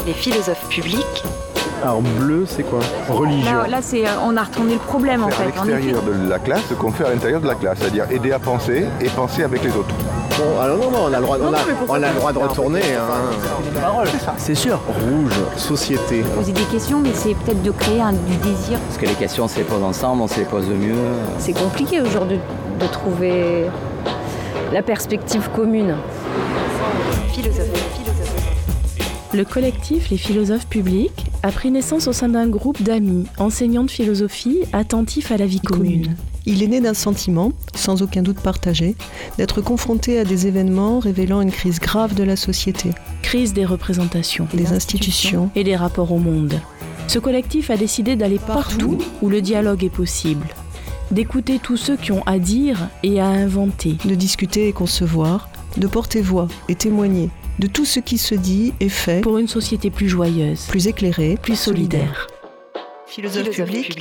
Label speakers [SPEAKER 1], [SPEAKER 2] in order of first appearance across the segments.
[SPEAKER 1] Les philosophes publics.
[SPEAKER 2] Alors bleu, c'est quoi? Religion.
[SPEAKER 3] Là on a retourné le problème en fait.
[SPEAKER 4] À l'extérieur de la classe, ce qu'on fait à l'intérieur de la classe, c'est-à-dire aider à penser et penser avec les autres.
[SPEAKER 2] Bon, alors non, on a le droit, on a le droit de retourner. C'est sûr. Rouge, société.
[SPEAKER 3] Poser des questions, mais c'est peut-être de créer du désir.
[SPEAKER 5] Parce que les questions, on se les pose ensemble, on se les pose mieux.
[SPEAKER 6] C'est compliqué aujourd'hui de trouver la perspective commune.
[SPEAKER 7] Le collectif Les Philosophes Publics a pris naissance au sein d'un groupe d'amis, enseignants de philosophie, attentifs à la vie commune.
[SPEAKER 8] Il est né d'un sentiment, sans aucun doute partagé, d'être confronté à des événements révélant une crise grave de la société.
[SPEAKER 7] Crise des représentations,
[SPEAKER 8] des institutions
[SPEAKER 7] et des rapports au monde. Ce collectif a décidé d'aller partout où le dialogue est possible, d'écouter tous ceux qui ont à dire et à inventer,
[SPEAKER 8] de discuter et concevoir, de porter voix et témoigner de tout ce qui se dit et fait
[SPEAKER 7] pour une société plus joyeuse,
[SPEAKER 8] plus éclairée,
[SPEAKER 7] plus solidaire.
[SPEAKER 1] Philosophe public.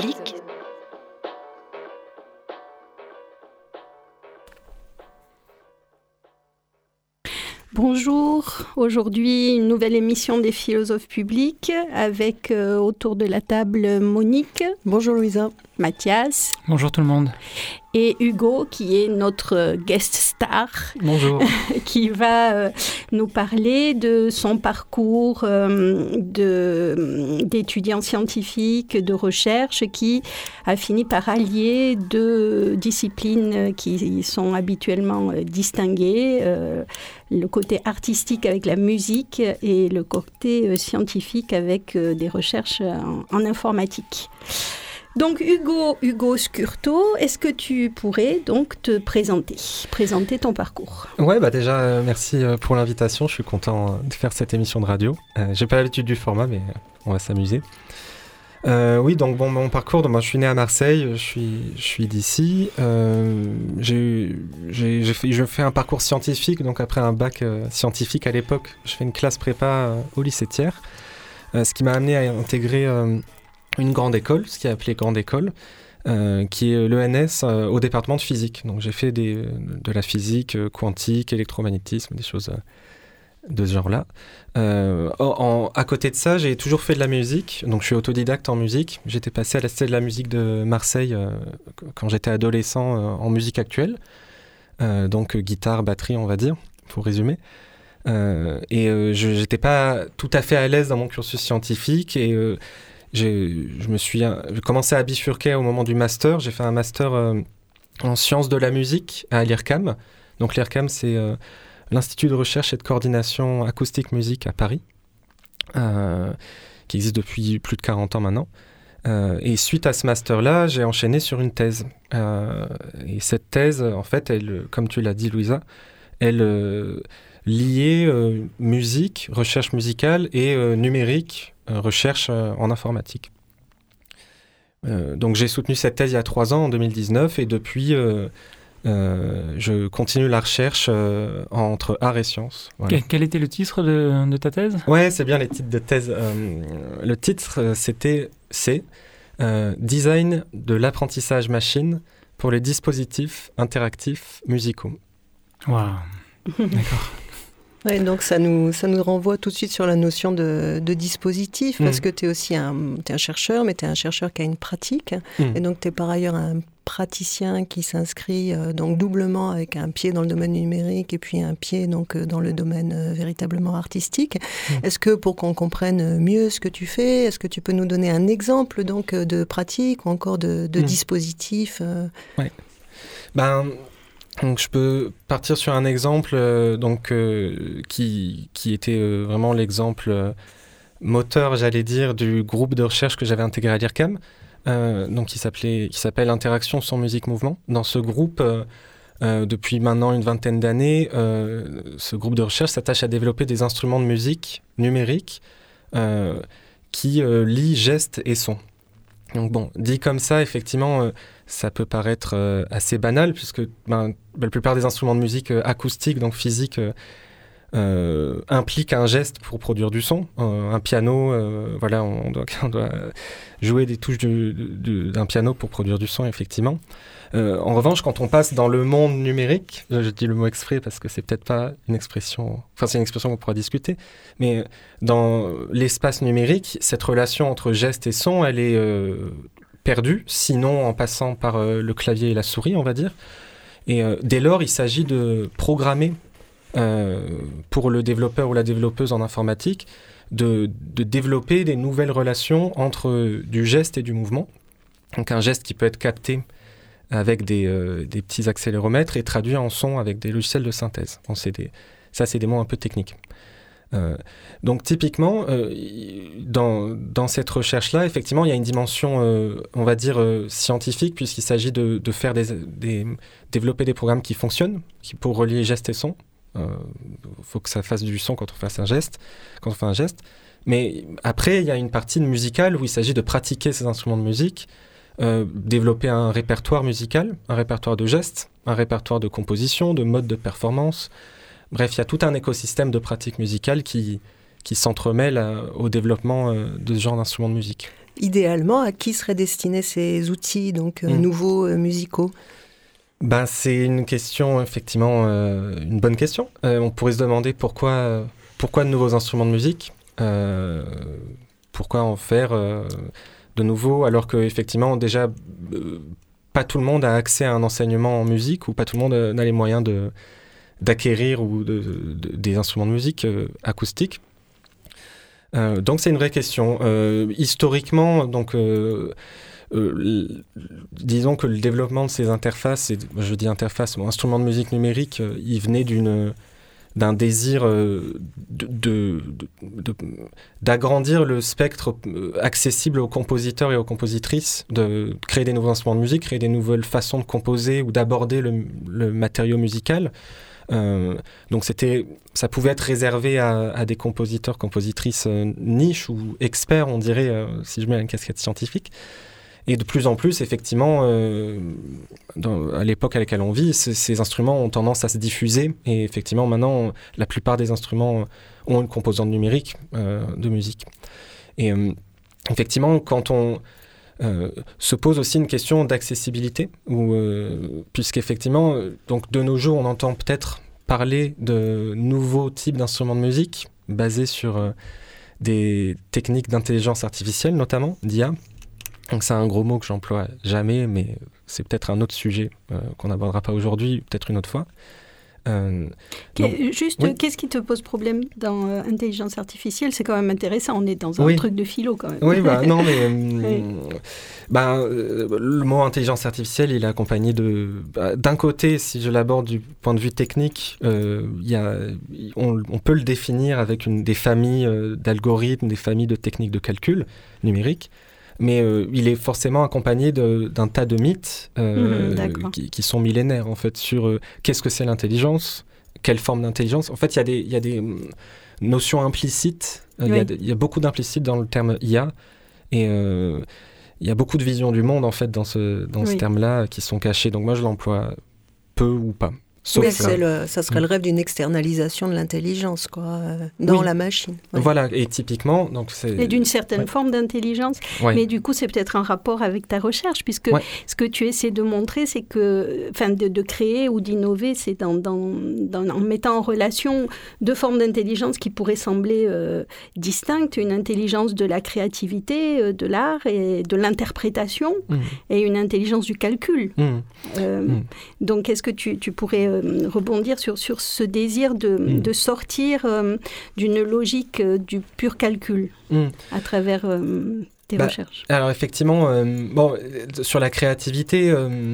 [SPEAKER 9] Bonjour, aujourd'hui une nouvelle émission des philosophes publics avec autour de la table Monique.
[SPEAKER 8] Bonjour Louisa.
[SPEAKER 9] Mathias.
[SPEAKER 10] Bonjour tout le monde.
[SPEAKER 9] Et Hugo qui est notre guest star.
[SPEAKER 10] Bonjour.
[SPEAKER 9] Qui va nous parler de son parcours d'étudiant scientifique, de recherche qui a fini par allier deux disciplines qui sont habituellement distinguées. Le côté artistique avec la musique et le côté scientifique avec des recherches en informatique. Donc Hugo Scurto, est-ce que tu pourrais donc te présenter ton parcours?
[SPEAKER 10] Ouais, déjà merci pour l'invitation, je suis content de faire cette émission de radio. J'ai pas l'habitude du format, mais on va s'amuser. Oui, donc mon parcours, moi je suis né à Marseille, je suis d'ici. Je fais un parcours scientifique, donc après un bac scientifique à l'époque, je fais une classe prépa au lycée Thiers, ce qui m'a amené à intégrer une grande école, ce qui est appelé grande école, qui est l'ENS au département de physique. Donc j'ai fait de la physique quantique, électromagnétisme, des choses de ce genre-là. À côté de ça, j'ai toujours fait de la musique, donc je suis autodidacte en musique. J'étais passé à la Cité de la musique de Marseille quand j'étais adolescent en musique actuelle, donc guitare, batterie, on va dire, pour résumer. Je n'étais pas tout à fait à l'aise dans mon cursus scientifique et j'ai commencé à bifurquer au moment du master. J'ai fait un master en sciences de la musique à l'IRCAM. Donc l'IRCAM, c'est l'Institut de recherche et de coordination acoustique musique à Paris, qui existe depuis plus de 40 ans maintenant. Et suite à ce master-là, j'ai enchaîné sur une thèse. Et cette thèse, en fait, elle, comme tu l'as dit, Louisa, elle liait musique, recherche musicale et numérique, recherche en informatique. Donc j'ai soutenu cette thèse il y a 3 ans, en 2019, et depuis, je continue la recherche entre art et sciences. Voilà. Quel était le titre de ta thèse ? Ouais, c'est bien les titres de thèse. Le titre, c'est Design de l'apprentissage machine pour les dispositifs interactifs musicaux. Waouh, d'accord.
[SPEAKER 8] Ouais, donc ça nous renvoie tout de suite sur la notion de dispositif, parce que tu es aussi t'es un chercheur, mais tu es un chercheur qui a une pratique, et donc tu es par ailleurs un praticien qui s'inscrit donc doublement avec un pied dans le domaine numérique et puis un pied donc dans le domaine véritablement artistique. Est-ce que pour qu'on comprenne mieux ce que tu fais, est-ce que tu peux nous donner un exemple donc de pratique ou encore de dispositif
[SPEAKER 10] Ouais. Donc je peux partir sur un exemple qui était vraiment l'exemple moteur, j'allais dire, du groupe de recherche que j'avais intégré à l'IRCAM, donc qui s'appelle Interaction son musique mouvement. Dans ce groupe, depuis maintenant une 20aine d'années, ce groupe de recherche s'attache à développer des instruments de musique numériques qui lient gestes et sons. Donc bon, dit comme ça, effectivement, ça peut paraître assez banal, puisque la plupart des instruments de musique acoustiques, donc physiques, implique un geste pour produire du son. Un piano, on doit jouer des touches d'un piano pour produire du son, effectivement. En revanche, quand on passe dans le monde numérique, je dis le mot exprès parce que c'est peut-être pas une expression... Enfin, c'est une expression qu'on pourra discuter, mais dans l'espace numérique, cette relation entre geste et son, elle est perdue, sinon en passant par le clavier et la souris, on va dire. Et dès lors, il s'agit de programmer pour le développeur ou la développeuse en informatique, de développer des nouvelles relations entre du geste et du mouvement. Donc un geste qui peut être capté avec des petits accéléromètres et traduit en son avec des logiciels de synthèse. Bon, ça, c'est des mots un peu techniques. Donc typiquement, dans cette recherche-là, effectivement, il y a une dimension, on va dire, scientifique, puisqu'il s'agit de faire développer des programmes qui fonctionnent, pour relier geste et son. Faut que ça fasse du son quand on fait un geste. Mais après, il y a une partie musicale où il s'agit de pratiquer ces instruments de musique, développer un répertoire musical, un répertoire de gestes, un répertoire de composition, de modes de performance. Bref, il y a tout un écosystème de pratiques musicales qui s'entremêle au développement de ce genre d'instruments de musique.
[SPEAKER 8] Idéalement, à qui seraient destinés ces outils nouveaux musicaux ?
[SPEAKER 10] C'est une question, effectivement, une bonne question. On pourrait se demander pourquoi de nouveaux instruments de musique, pourquoi en faire de nouveaux, alors qu'effectivement, déjà, pas tout le monde a accès à un enseignement en musique, ou pas tout le monde n'a les moyens d'acquérir des instruments de musique acoustiques. Donc c'est une vraie question. Historiquement, disons que le développement de ces interfaces, instruments de musique numérique, il venait d'un désir d'agrandir le spectre accessible aux compositeurs et aux compositrices, de créer des nouveaux instruments de musique, créer des nouvelles façons de composer ou d'aborder le matériau musical. Donc ça pouvait être réservé à des compositeurs, compositrices niches ou experts, on dirait, si je mets une casquette scientifique. Et de plus en plus, effectivement, à l'époque à laquelle on vit, ces instruments ont tendance à se diffuser. Et effectivement, maintenant, la plupart des instruments ont une composante numérique de musique. Et effectivement, quand on se pose aussi une question d'accessibilité, puisqu'effectivement, donc de nos jours, on entend peut-être parler de nouveaux types d'instruments de musique basés sur des techniques d'intelligence artificielle, notamment d'IA. Donc c'est un gros mot que j'emploie jamais, mais c'est peut-être un autre sujet qu'on n'abordera pas aujourd'hui, peut-être une autre fois.
[SPEAKER 9] Qu'est-ce qui te pose problème dans intelligence artificielle ? C'est quand même intéressant, on est dans un truc de philo quand même.
[SPEAKER 10] Oui, non, mais le mot intelligence artificielle, il est accompagné d'un côté, si je l'aborde du point de vue technique, on peut le définir avec des familles d'algorithmes, des familles de techniques de calcul numérique. Mais il est forcément accompagné d'un tas de mythes qui sont millénaires, en fait, sur qu'est-ce que c'est l'intelligence, quelle forme d'intelligence. En fait, il y a des notions implicites, il y a beaucoup d'implicites dans le terme IA, et il y a beaucoup de visions du monde, en fait, dans ce terme-là, qui sont cachées. Donc moi, je l'emploie peu ou pas.
[SPEAKER 8] Mais ça serait le rêve d'une externalisation de l'intelligence, dans la machine. Ouais.
[SPEAKER 10] Voilà, et typiquement...
[SPEAKER 9] Et d'une certaine forme d'intelligence. Ouais. Mais du coup, c'est peut-être un rapport avec ta recherche, puisque ce que tu essaies de montrer, c'est que... Enfin, de créer ou d'innover, c'est en mettant en relation deux formes d'intelligence qui pourraient sembler distinctes. Une intelligence de la créativité, de l'art et de l'interprétation, et une intelligence du calcul. Donc, est-ce que tu pourrais... rebondir sur ce désir de sortir d'une logique du pur calcul à travers tes recherches.
[SPEAKER 10] Alors effectivement, sur la créativité,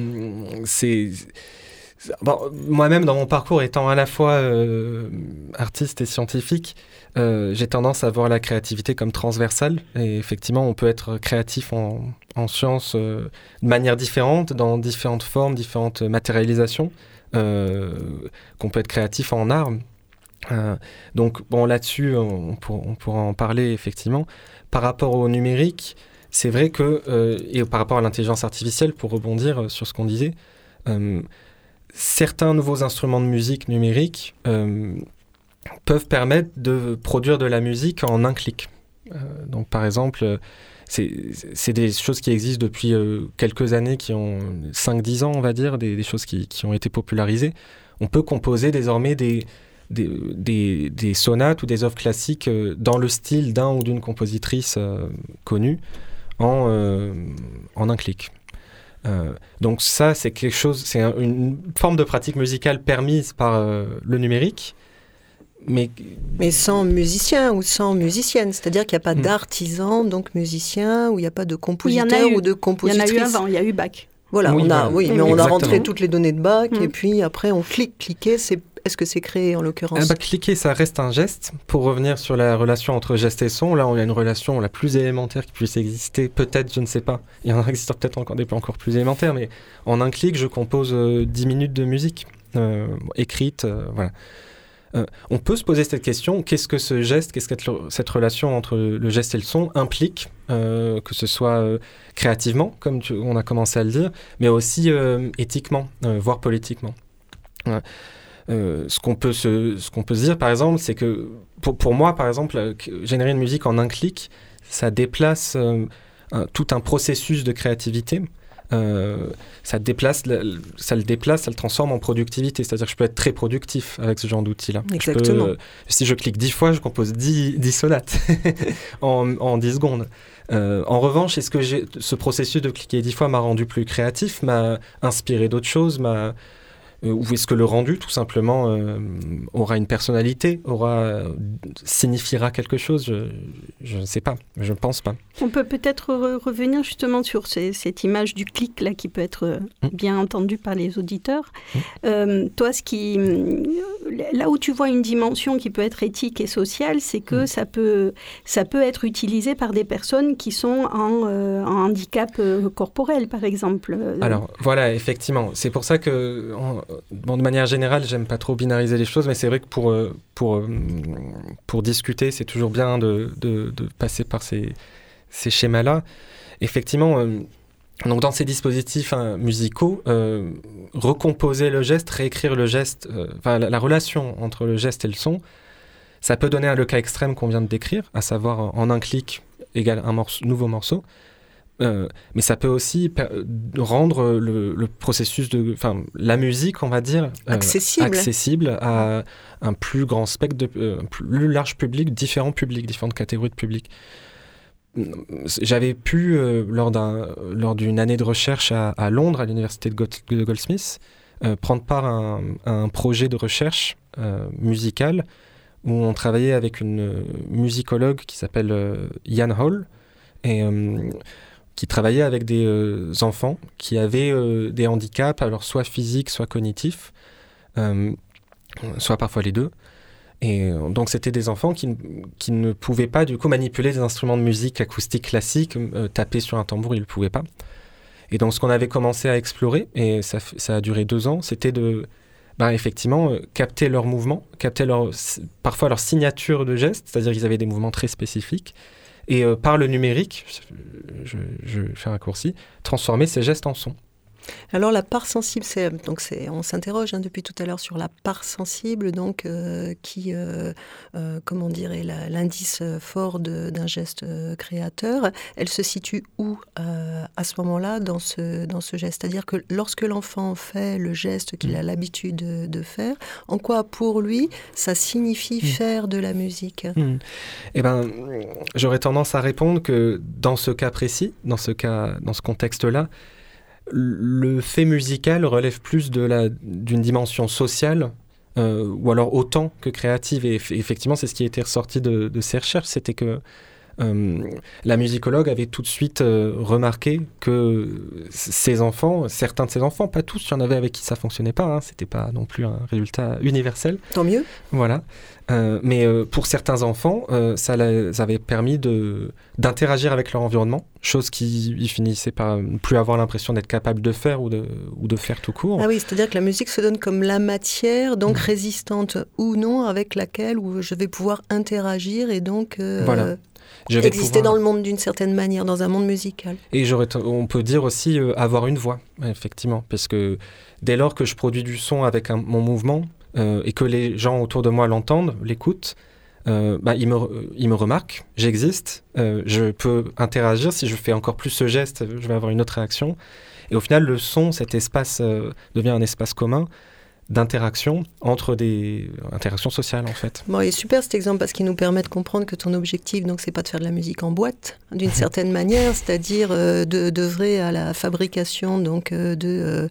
[SPEAKER 10] moi-même dans mon parcours étant à la fois artiste et scientifique, j'ai tendance à voir la créativité comme transversale, et effectivement on peut être créatif en sciences de manière différente, dans différentes formes, différentes matérialisations. Qu'on peut être créatif en art. Donc là-dessus, on pourra en parler effectivement. Par rapport au numérique, c'est vrai que, et par rapport à l'intelligence artificielle, pour rebondir sur ce qu'on disait, certains nouveaux instruments de musique numérique peuvent permettre de produire de la musique en un clic. Donc par exemple, c'est des choses qui existent depuis quelques années, qui ont 5-10 ans, on va dire, des choses qui ont été popularisées. On peut composer désormais des sonates ou des œuvres classiques dans le style d'un ou d'une compositrice connue en un clic. Donc ça, c'est quelque chose, une forme de pratique musicale permise par le numérique, mais
[SPEAKER 8] sans musicien ou sans musicienne, c'est-à-dire qu'il n'y a pas d'artisan, donc musicien, ou il n'y a pas de compositeur ou de compositrice.
[SPEAKER 9] Il y en a eu avant, il y a eu Bach.
[SPEAKER 8] Voilà,
[SPEAKER 10] mais
[SPEAKER 8] on
[SPEAKER 10] exactement.
[SPEAKER 8] a rentré toutes les données de Bach, et puis après on cliquer, est-ce que c'est créé en l'occurrence?
[SPEAKER 10] Cliquer, ça reste un geste. Pour revenir sur la relation entre geste et son, là on a une relation la plus élémentaire qui puisse exister, peut-être, je ne sais pas. Il y en existe peut-être encore des encore plus élémentaires, mais en un clic, je compose 10 minutes de musique écrite, voilà. On peut se poser cette question, qu'est-ce que ce geste, qu'est-ce que cette relation entre le geste et le son implique, que ce soit créativement, comme on a commencé à le dire, mais aussi éthiquement, voire politiquement. Ce qu'on peut se dire, par exemple, c'est que pour moi, par exemple, générer une musique en un clic, ça déplace tout un processus de créativité. Ça le déplace, ça le transforme en productivité. C'est-à-dire que je peux être très productif avec ce genre d'outil-là.
[SPEAKER 8] Exactement.
[SPEAKER 10] Si je clique 10 fois, je compose 10 sonates en 10 secondes. En revanche, est-ce que ce processus de cliquer 10 fois m'a rendu plus créatif, m'a inspiré d'autres choses, ou est-ce que le rendu, tout simplement, aura une personnalité, signifiera quelque chose? Je ne sais pas, je ne pense pas.
[SPEAKER 9] On peut peut-être revenir justement sur cette image du clic là, qui peut être bien entendue par les auditeurs. Toi, là où tu vois une dimension qui peut être éthique et sociale, c'est que ça peut être utilisé par des personnes qui sont en handicap corporel, par exemple.
[SPEAKER 10] Alors, voilà, effectivement. C'est pour ça que... de manière générale, j'aime pas trop binariser les choses, mais c'est vrai que pour discuter, c'est toujours bien de passer par ces schémas-là. Effectivement, donc dans ces dispositifs musicaux, recomposer le geste, réécrire le geste, la relation entre le geste et le son, ça peut donner le cas extrême qu'on vient de décrire, à savoir en un clic égale un nouveau morceau. Mais ça peut aussi rendre le processus la musique, on va dire, accessible à un plus grand spectre, un plus large public, différentes catégories de publics. J'avais pu, lors d'une année de recherche à Londres, à l'université de Goldsmith, prendre part à un projet de recherche musicale où on travaillait avec une musicologue qui s'appelle Ian Hall, et qui travaillait avec des enfants qui avaient des handicaps, alors soit physiques, soit cognitifs, soit parfois les deux. Et donc c'était des enfants qui ne pouvaient pas du coup manipuler des instruments de musique acoustique classique, taper sur un tambour, ils ne le pouvaient pas. Et donc ce qu'on avait commencé à explorer, et ça a duré 2 ans, c'était de effectivement capter leurs mouvements, capter parfois leur signature de geste, c'est-à-dire qu'ils avaient des mouvements très spécifiques, et par le numérique, je fais un raccourci, transformer ces gestes en son.
[SPEAKER 8] Alors la part sensible, on s'interroge depuis tout à l'heure sur la part sensible, donc qui est l'indice fort d'un geste créateur. Elle se situe où à ce moment-là dans ce geste? C'est-à-dire que lorsque l'enfant fait le geste qu'il a l'habitude de faire, en quoi pour lui ça signifie faire de la musique?
[SPEAKER 10] J'aurais tendance à répondre que dans ce cas précis, dans ce contexte-là, le fait musical relève plus d'une dimension sociale, ou alors autant que créative. Et effectivement, c'est ce qui a été ressorti de ces recherches, c'était que la musicologue avait tout de suite remarqué que certains de ces enfants, pas tous, il y en avait avec qui ça fonctionnait pas, c'était pas non plus un résultat universel.
[SPEAKER 8] Tant mieux.
[SPEAKER 10] Voilà. Mais pour certains enfants, ça les avait permis d'interagir avec leur environnement, chose qu'ils finissaient par ne plus avoir l'impression d'être capables de faire ou de faire tout court.
[SPEAKER 8] Ah oui, c'est-à-dire que la musique se donne comme la matière, donc résistante ou non, avec laquelle je vais pouvoir interagir et donc exister dans le monde d'une certaine manière, dans un monde musical.
[SPEAKER 10] Et on peut dire aussi avoir une voix, effectivement, parce que dès lors que je produis du son avec mon mouvement, et que les gens autour de moi l'entendent, l'écoutent, ils me remarquent, j'existe, je peux interagir. Si je fais encore plus ce geste, je vais avoir une autre réaction. Et au final, le son, cet espace, devient un espace commun d'interaction entre des interactions sociales, en fait.
[SPEAKER 8] Bon, il est super cet exemple parce qu'il nous permet de comprendre que ton objectif, donc, c'est pas de faire de la musique en boîte, d'une certaine manière, c'est-à-dire d'œuvrer à la fabrication donc de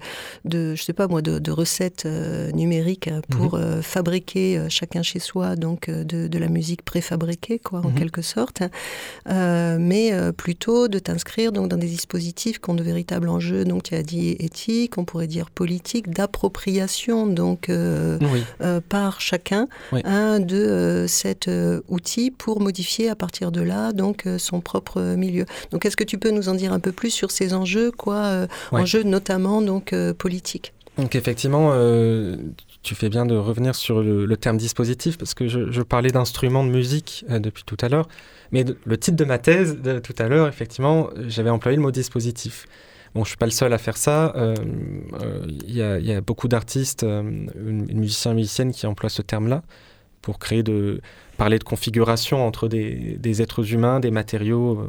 [SPEAKER 8] recettes numériques pour fabriquer chacun chez soi donc de la musique préfabriquée, quoi, en quelque sorte, mais plutôt de t'inscrire donc dans des dispositifs qui ont de véritables enjeux, donc tu as dit éthique, on pourrait dire politique, d'appropriation donc par chacun de cet outil pour modifier à partir de là donc son propre milieu. Donc est-ce que tu peux nous en dire un peu plus sur ces enjeux, enjeux notamment donc politiques?
[SPEAKER 10] Donc effectivement, tu fais bien de revenir sur le terme dispositif, parce que je parlais d'instruments de musique depuis tout à l'heure, mais le titre de ma thèse de tout à l'heure, effectivement, j'avais employé le mot dispositif. Bon, je ne suis pas le seul à faire ça. Il y a beaucoup d'artistes, musiciens et musiciennes qui emploient ce terme-là pour parler de configuration entre des êtres humains, des matériaux,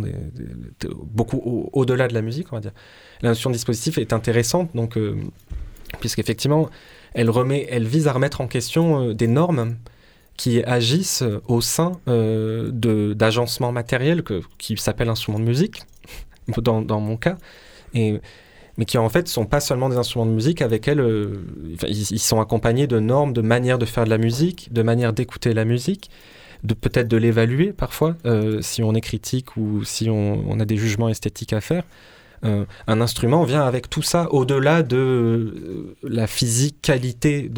[SPEAKER 10] beaucoup au-delà de la musique, on va dire. La notion de dispositif est intéressante, donc, puisqu'effectivement, elle vise à remettre en question des normes qui agissent au sein d'agencements matériels qui s'appellent instruments de musique, dans mon cas. Mais qui en fait ne sont pas seulement des instruments de musique, avec elles, ils sont accompagnés de normes, de manières de faire de la musique, de manières d'écouter la musique, peut-être de l'évaluer parfois, si on est critique ou si on a des jugements esthétiques à faire. Un instrument vient avec tout ça, au-delà de la physicalité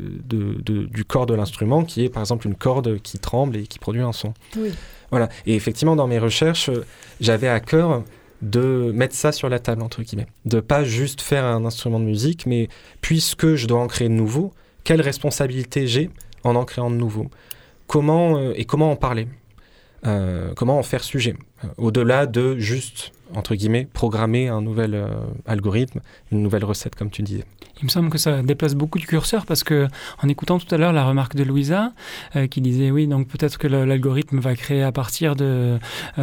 [SPEAKER 10] du corps de l'instrument, qui est par exemple une corde qui tremble et qui produit un son. Oui. Voilà. Et effectivement, dans mes recherches, j'avais à cœur de mettre ça sur la table, entre guillemets. De pas juste faire un instrument de musique, mais puisque je dois en créer de nouveau, quelle responsabilité j'ai en créant de nouveau ? Comment en parler ? Comment en faire sujet ? Au-delà de juste, entre guillemets, programmer un nouvel algorithme, une nouvelle recette, comme tu disais.
[SPEAKER 11] Il me semble que ça déplace beaucoup du curseur, parce que en écoutant tout à l'heure la remarque de Louisa, qui disait oui, donc peut-être que l'algorithme va créer à partir de...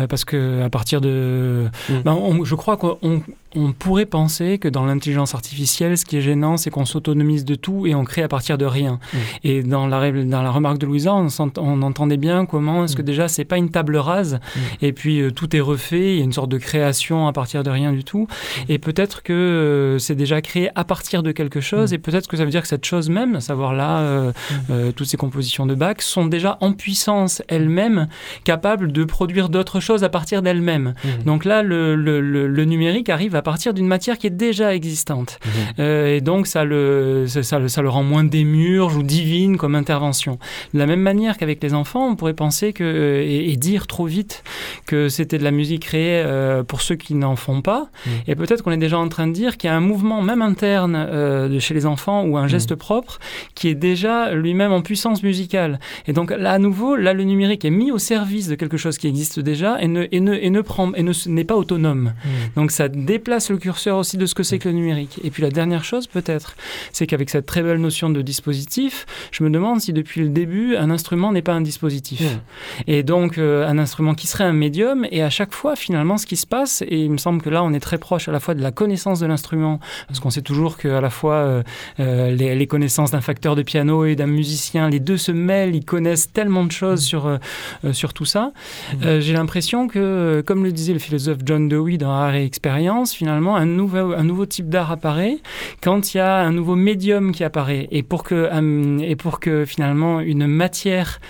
[SPEAKER 11] je crois qu'on pourrait penser que dans l'intelligence artificielle, ce qui est gênant, c'est qu'on s'autonomise de tout et on crée à partir de rien. Et dans la remarque de Louisa, on entendait bien comment est-ce que déjà c'est pas une table rase, et puis tout est refait, il y a une sorte de création à partir de rien du tout, et peut-être que c'est déjà créé à partir de quelque chose, et peut-être que ça veut dire que cette chose même, à savoir là, toutes ces compositions de Bach, sont déjà en puissance elles-mêmes, capables de produire d'autres choses à partir d'elles-mêmes. Donc là, le numérique arrive à partir d'une matière qui est déjà existante. Et donc ça le rend moins démiurge ou divine comme intervention. De la même manière qu'avec les enfants, on pourrait penser et dire trop vite que c'était de la musique créée pour ceux qui n'en font pas. Et peut-être qu'on est déjà en train de dire qu'il y a un mouvement même interne de chez les enfants, ou un geste propre qui est déjà lui-même en puissance musicale. Et donc là, à nouveau, le numérique est mis au service de quelque chose qui existe déjà et n'est pas autonome. Donc ça déplace le curseur aussi de ce que c'est que le numérique. Et puis la dernière chose peut-être, c'est qu'avec cette très belle notion de dispositif, je me demande si depuis le début, un instrument n'est pas un dispositif. Et donc un instrument qui serait un médium, et à chaque fois finalement ce qui se passe, et il me semble que là on est très proche à la fois de la connaissance de l'instrument, parce qu'on sait toujours qu'à la fois les connaissances d'un facteur de piano et d'un musicien, les deux se mêlent, ils connaissent tellement de choses sur tout ça. J'ai l'impression que, comme le disait le philosophe John Dewey dans Art et Expérience, finalement un nouveau type d'art apparaît quand il y a un nouveau médium qui apparaît, et pour que finalement une matière,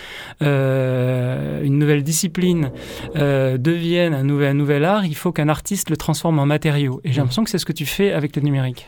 [SPEAKER 11] une nouvelle discipline devienne un nouvel art, il faut qu'un artiste le transforme en matériau. Et j'ai l'impression que c'est ce que tu fais avec le numérique.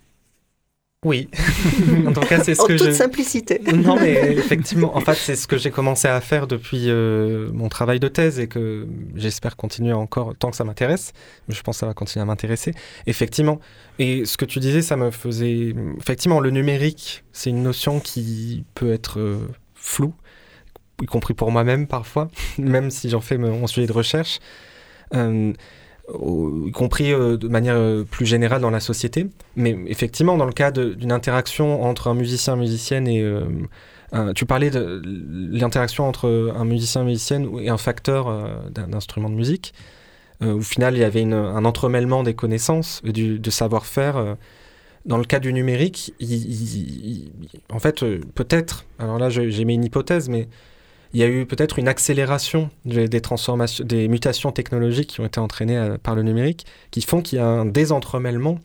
[SPEAKER 10] Oui, en tout cas c'est ce que
[SPEAKER 8] toute simplicité.
[SPEAKER 10] Non mais effectivement, en fait c'est ce que j'ai commencé à faire depuis mon travail de thèse, et que j'espère continuer encore tant que ça m'intéresse. Je pense que ça va continuer à m'intéresser. Effectivement, et ce que tu disais, ça me faisait... Effectivement, le numérique, c'est une notion qui peut être floue, y compris pour moi-même parfois, même si j'en fais mon sujet de recherche. y compris de manière plus générale dans la société. Mais effectivement, dans le cas d'une interaction entre un musicien, musicienne et... tu parlais de l'interaction entre un musicien, musicienne et un facteur d'un instrument de musique. Au final, il y avait un entremêlement des connaissances, de savoir-faire. Dans le cas du numérique, en fait, peut-être, alors là j'ai mis une hypothèse, mais il y a eu peut-être une accélération des transformations, des mutations technologiques qui ont été entraînées par le numérique, qui font qu'il y a un désentremêlement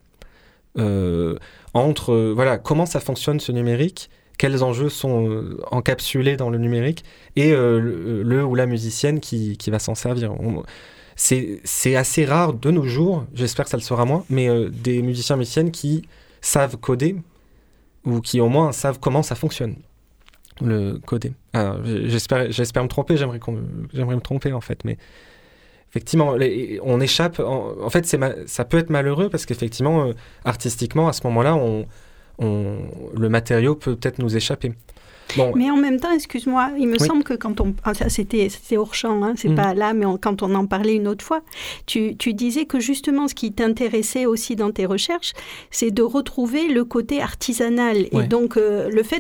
[SPEAKER 10] entre comment ça fonctionne ce numérique, quels enjeux sont encapsulés dans le numérique, et le ou la musicienne qui va s'en servir. C'est assez rare de nos jours, j'espère que ça le sera moins, mais des musiciens musiciennes qui savent coder, ou qui au moins savent comment ça fonctionne, le coder. Alors, j'espère me tromper, j'aimerais me tromper en fait, mais effectivement, on échappe, en fait ça peut être malheureux, parce qu'effectivement, artistiquement, à ce moment-là, le matériau peut peut-être nous échapper. Bon.
[SPEAKER 9] Mais en même temps, excuse-moi, il me semble que quand on... ça, c'était hors champ, hein, c'est pas là, mais quand on en parlait une autre fois, tu disais que justement, ce qui t'intéressait aussi dans tes recherches, c'est de retrouver le côté artisanal. Et donc, le fait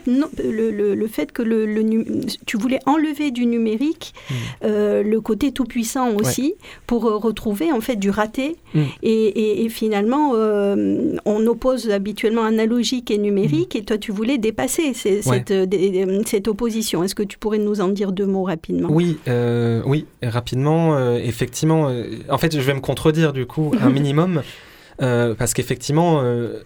[SPEAKER 9] que tu voulais enlever du numérique le côté tout-puissant aussi, pour retrouver en fait du raté. Et finalement, on oppose habituellement analogique et numérique, et toi, tu voulais dépasser cette opposition. Est-ce que tu pourrais nous en dire 2 mots rapidement ?
[SPEAKER 10] Oui, rapidement. Effectivement, en fait, je vais me contredire du coup un minimum, parce qu'effectivement,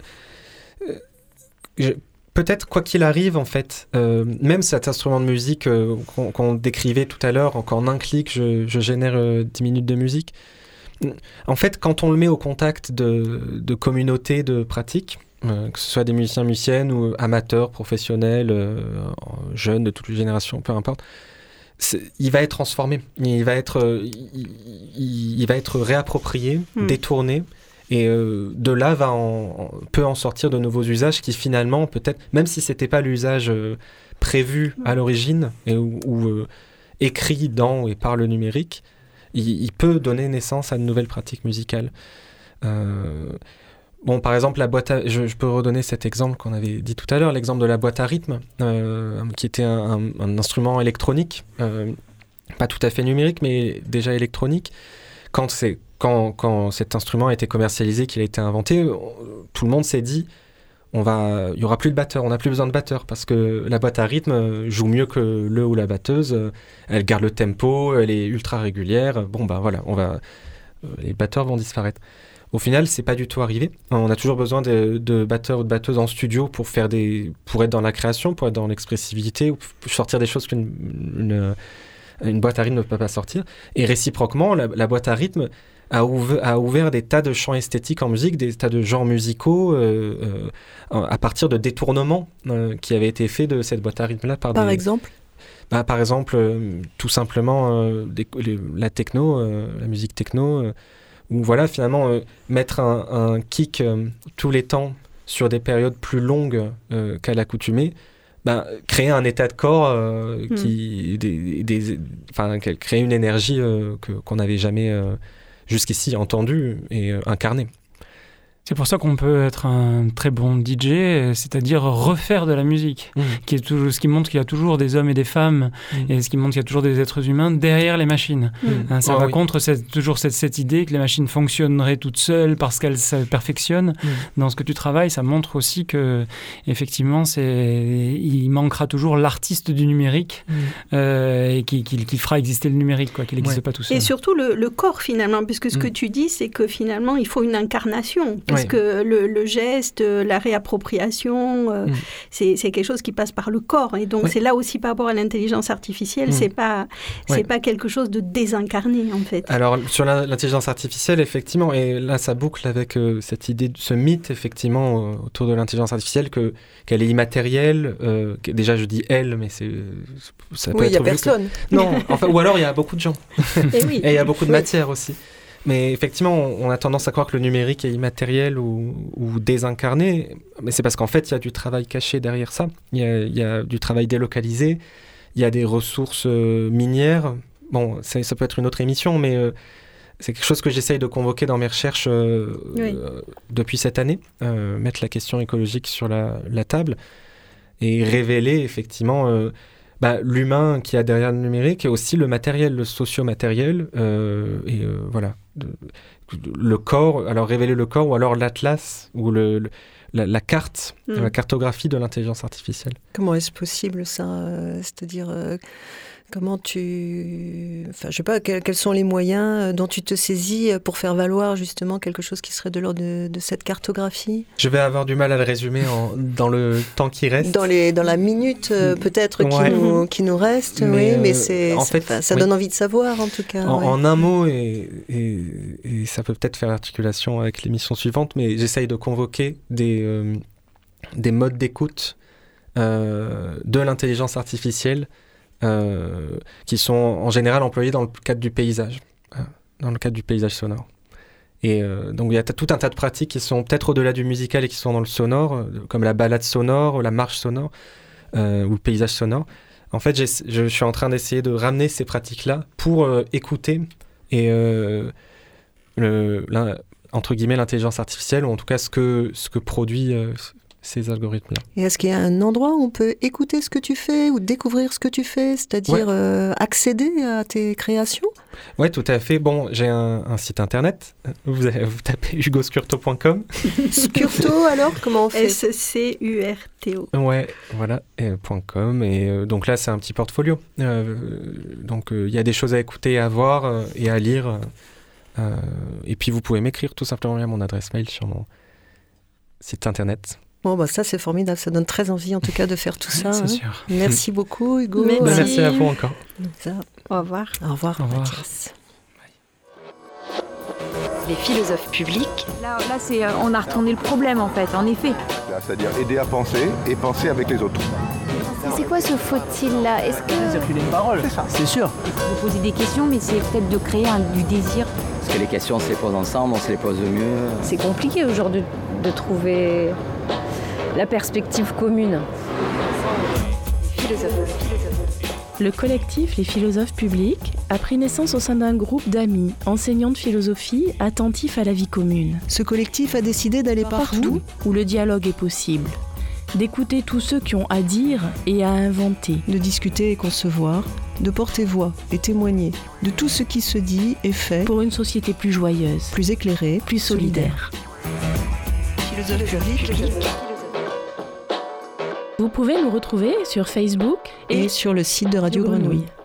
[SPEAKER 10] peut-être quoi qu'il arrive, en fait, même cet instrument de musique qu'on décrivait tout à l'heure, qu'en un clic, je génère 10 minutes de musique. En fait, quand on le met au contact de communautés de pratiques, que ce soit des musiciens, musiciennes ou amateurs, professionnels, jeunes de toutes les générations, peu importe, il va être transformé, il va être réapproprié, détourné, et de là peut en sortir de nouveaux usages qui finalement, peut-être, même si c'était pas l'usage prévu à l'origine ou écrit dans et par le numérique, il peut donner naissance à de nouvelles pratiques musicales. Bon, par exemple, je peux redonner cet exemple qu'on avait dit tout à l'heure, l'exemple de la boîte à rythme, qui était un instrument électronique, pas tout à fait numérique, mais déjà électronique. Quand cet instrument a été commercialisé, qu'il a été inventé, tout le monde s'est dit, il y aura plus de batteur, on n'a plus besoin de batteur, parce que la boîte à rythme joue mieux que le ou la batteuse, elle garde le tempo, elle est ultra régulière, bon ben voilà, les batteurs vont disparaître. Au final, c'est pas du tout arrivé. On a toujours besoin de batteurs ou de batteuses en studio pour être dans la création, pour être dans l'expressivité, ou pour sortir des choses qu'une boîte à rythme ne peut pas sortir. Et réciproquement, la boîte à rythme a ouvert des tas de champs esthétiques en musique, des tas de genres musicaux à partir de détournements qui avaient été faits de cette boîte à rythme-là.
[SPEAKER 8] Par exemple ?
[SPEAKER 10] Par exemple, tout simplement la techno, la musique techno, où voilà, finalement, mettre un kick tous les temps sur des périodes plus longues qu'à l'accoutumée, créer un état de corps créer une énergie qu'on n'avait jamais jusqu'ici entendue et incarnée.
[SPEAKER 11] C'est pour ça qu'on peut être un très bon DJ, c'est-à-dire refaire de la musique, ce qui montre qu'il y a toujours des hommes et des femmes, et ce qui montre qu'il y a toujours des êtres humains derrière les machines. Ça va contre toujours cette idée que les machines fonctionneraient toutes seules parce qu'elles se perfectionnent. Dans ce que tu travailles, ça montre aussi que, effectivement, il manquera toujours l'artiste du numérique et qui fera exister le numérique, qu'il n'existe pas tout seul.
[SPEAKER 9] Et surtout le corps, finalement, puisque ce que tu dis, c'est que finalement, il faut une incarnation. Parce que le geste, la réappropriation, c'est quelque chose qui passe par le corps. Et donc, c'est là aussi par rapport à l'intelligence artificielle, c'est pas quelque chose de désincarné, en fait. Alors,
[SPEAKER 10] sur l'intelligence artificielle, effectivement, et là, ça boucle avec cette idée, ce mythe, effectivement, autour de l'intelligence artificielle, qu'elle est immatérielle. Déjà, je dis elle, mais ça peut être...
[SPEAKER 8] il n'y a personne.
[SPEAKER 10] Non, ou alors, il y a beaucoup de gens. Et il y a beaucoup de matière aussi. Mais effectivement, on a tendance à croire que le numérique est immatériel ou désincarné, mais c'est parce qu'en fait, il y a du travail caché derrière ça. Il y a du travail délocalisé, il y a des ressources minières. Bon, ça peut être une autre émission, mais c'est quelque chose que j'essaye de convoquer dans mes recherches depuis cette année, mettre la question écologique sur la table et révéler effectivement l'humain qui a derrière le numérique et aussi le matériel, le socio-matériel, voilà. Le corps, alors révéler le corps ou alors l'atlas ou la carte, la cartographie de l'intelligence artificielle.
[SPEAKER 8] Comment est-ce possible ça c'est-à-dire, comment je sais pas, quels sont les moyens dont tu te saisis pour faire valoir justement quelque chose qui serait de l'ordre de cette cartographie ?
[SPEAKER 10] Je vais avoir du mal à le résumer dans le temps qui reste.
[SPEAKER 8] Dans la minute peut-être qui nous reste, mais ça donne envie de savoir en tout cas.
[SPEAKER 10] En un mot, et ça peut peut-être faire articulation avec l'émission suivante, mais j'essaye de convoquer des modes d'écoute de l'intelligence artificielle qui sont en général employés dans le cadre du paysage sonore. Et donc il y a tout un tas de pratiques qui sont peut-être au-delà du musical et qui sont dans le sonore, comme la balade sonore, la marche sonore ou le paysage sonore. En fait, je suis en train d'essayer de ramener ces pratiques-là pour écouter et entre guillemets l'intelligence artificielle, ou en tout cas ce que produit ces algorithmes-là.
[SPEAKER 8] Et est-ce qu'il y a un endroit où on peut écouter ce que tu fais ou découvrir ce que tu fais, c'est-à-dire accéder à tes créations ?
[SPEAKER 10] Oui, tout à fait. Bon, j'ai un site internet. Vous tapez hugoscurto.com.
[SPEAKER 8] Scurto, alors, comment on fait ?
[SPEAKER 9] S-C-U-R-T-O.
[SPEAKER 10] Ouais, voilà, .com. Et donc là, c'est un petit portfolio. Donc, il y a des choses à écouter, à voir et à lire. Et puis, vous pouvez m'écrire tout simplement à mon adresse mail sur mon site internet.
[SPEAKER 8] Bon, ça c'est formidable, ça donne très envie en tout cas de faire tout ça.
[SPEAKER 10] C'est sûr.
[SPEAKER 8] Merci beaucoup Hugo.
[SPEAKER 10] Merci à vous encore.
[SPEAKER 9] Au revoir.
[SPEAKER 8] Au revoir Mathias.
[SPEAKER 1] Les philosophes publics.
[SPEAKER 3] Là on a retourné le problème en fait, en effet.
[SPEAKER 4] C'est-à-dire aider à penser et penser avec les autres.
[SPEAKER 3] C'est quoi ce faut-il là ? Est-ce que...
[SPEAKER 2] Circuler une parole, c'est sûr.
[SPEAKER 3] De poser des questions, mais c'est peut-être de créer du désir.
[SPEAKER 5] Parce que les questions, on se les pose ensemble, on se les pose mieux.
[SPEAKER 6] C'est compliqué aujourd'hui de trouver la perspective commune.
[SPEAKER 7] Le collectif Les Philosophes Publics a pris naissance au sein d'un groupe d'amis, enseignants de philosophie, attentifs à la vie commune.
[SPEAKER 8] Ce collectif a décidé d'aller partout
[SPEAKER 7] où le dialogue est possible, d'écouter tous ceux qui ont à dire et à inventer,
[SPEAKER 8] de discuter et concevoir, de porter voix et témoigner de tout ce qui se dit et fait
[SPEAKER 7] pour une société plus joyeuse,
[SPEAKER 8] plus éclairée,
[SPEAKER 7] plus solidaire. Vous pouvez nous retrouver sur Facebook
[SPEAKER 8] et sur le site de Radio Grenouille.